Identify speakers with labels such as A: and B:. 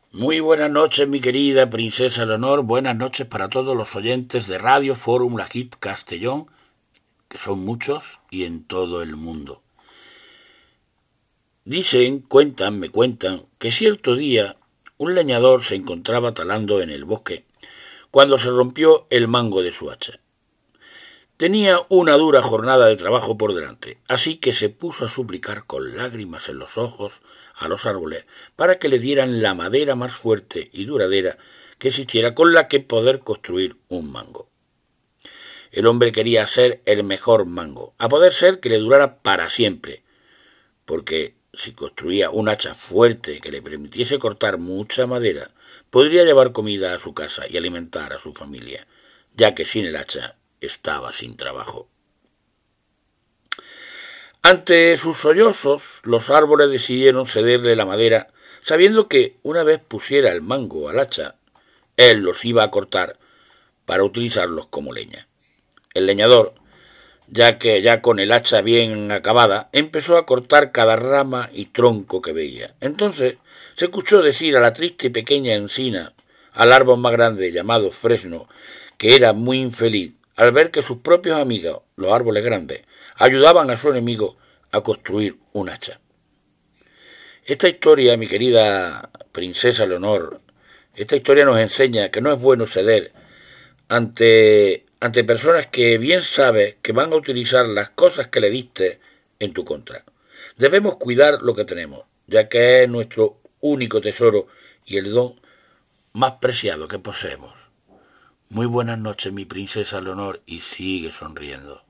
A: Muy buenas noches, mi querida princesa Leonor. Buenas noches para todos los oyentes de Radio Fórmula Hit Castellón, que son muchos y en todo el mundo. Me cuentan, que cierto día un leñador se encontraba talando en el bosque cuando se rompió el mango de su hacha. Tenía una dura jornada de trabajo por delante, así que se puso a suplicar con lágrimas en los ojos a los árboles para que le dieran la madera más fuerte y duradera que existiera con la que poder construir un mango. El hombre quería hacer el mejor mango, a poder ser que le durara para siempre, porque si construía un hacha fuerte que le permitiese cortar mucha madera, podría llevar comida a su casa y alimentar a su familia, ya que sin el hacha estaba sin trabajo. Ante sus sollozos, los árboles decidieron cederle la madera, sabiendo que una vez pusiera el mango al hacha, él los iba a cortar para utilizarlos como leña. El leñador, ya con el hacha bien acabada, empezó a cortar cada rama y tronco que veía. Entonces se escuchó decir a la triste y pequeña encina, al árbol más grande llamado fresno, que era muy infeliz al ver que sus propios amigos, los árboles grandes, ayudaban a su enemigo a construir un hacha. Esta historia, mi querida princesa Leonor, esta historia nos enseña que no es bueno ceder ante personas que bien sabes que van a utilizar las cosas que le diste en tu contra. Debemos cuidar lo que tenemos, ya que es nuestro único tesoro y el don más preciado que poseemos. Muy buenas noches, mi princesa Leonor, y sigue sonriendo.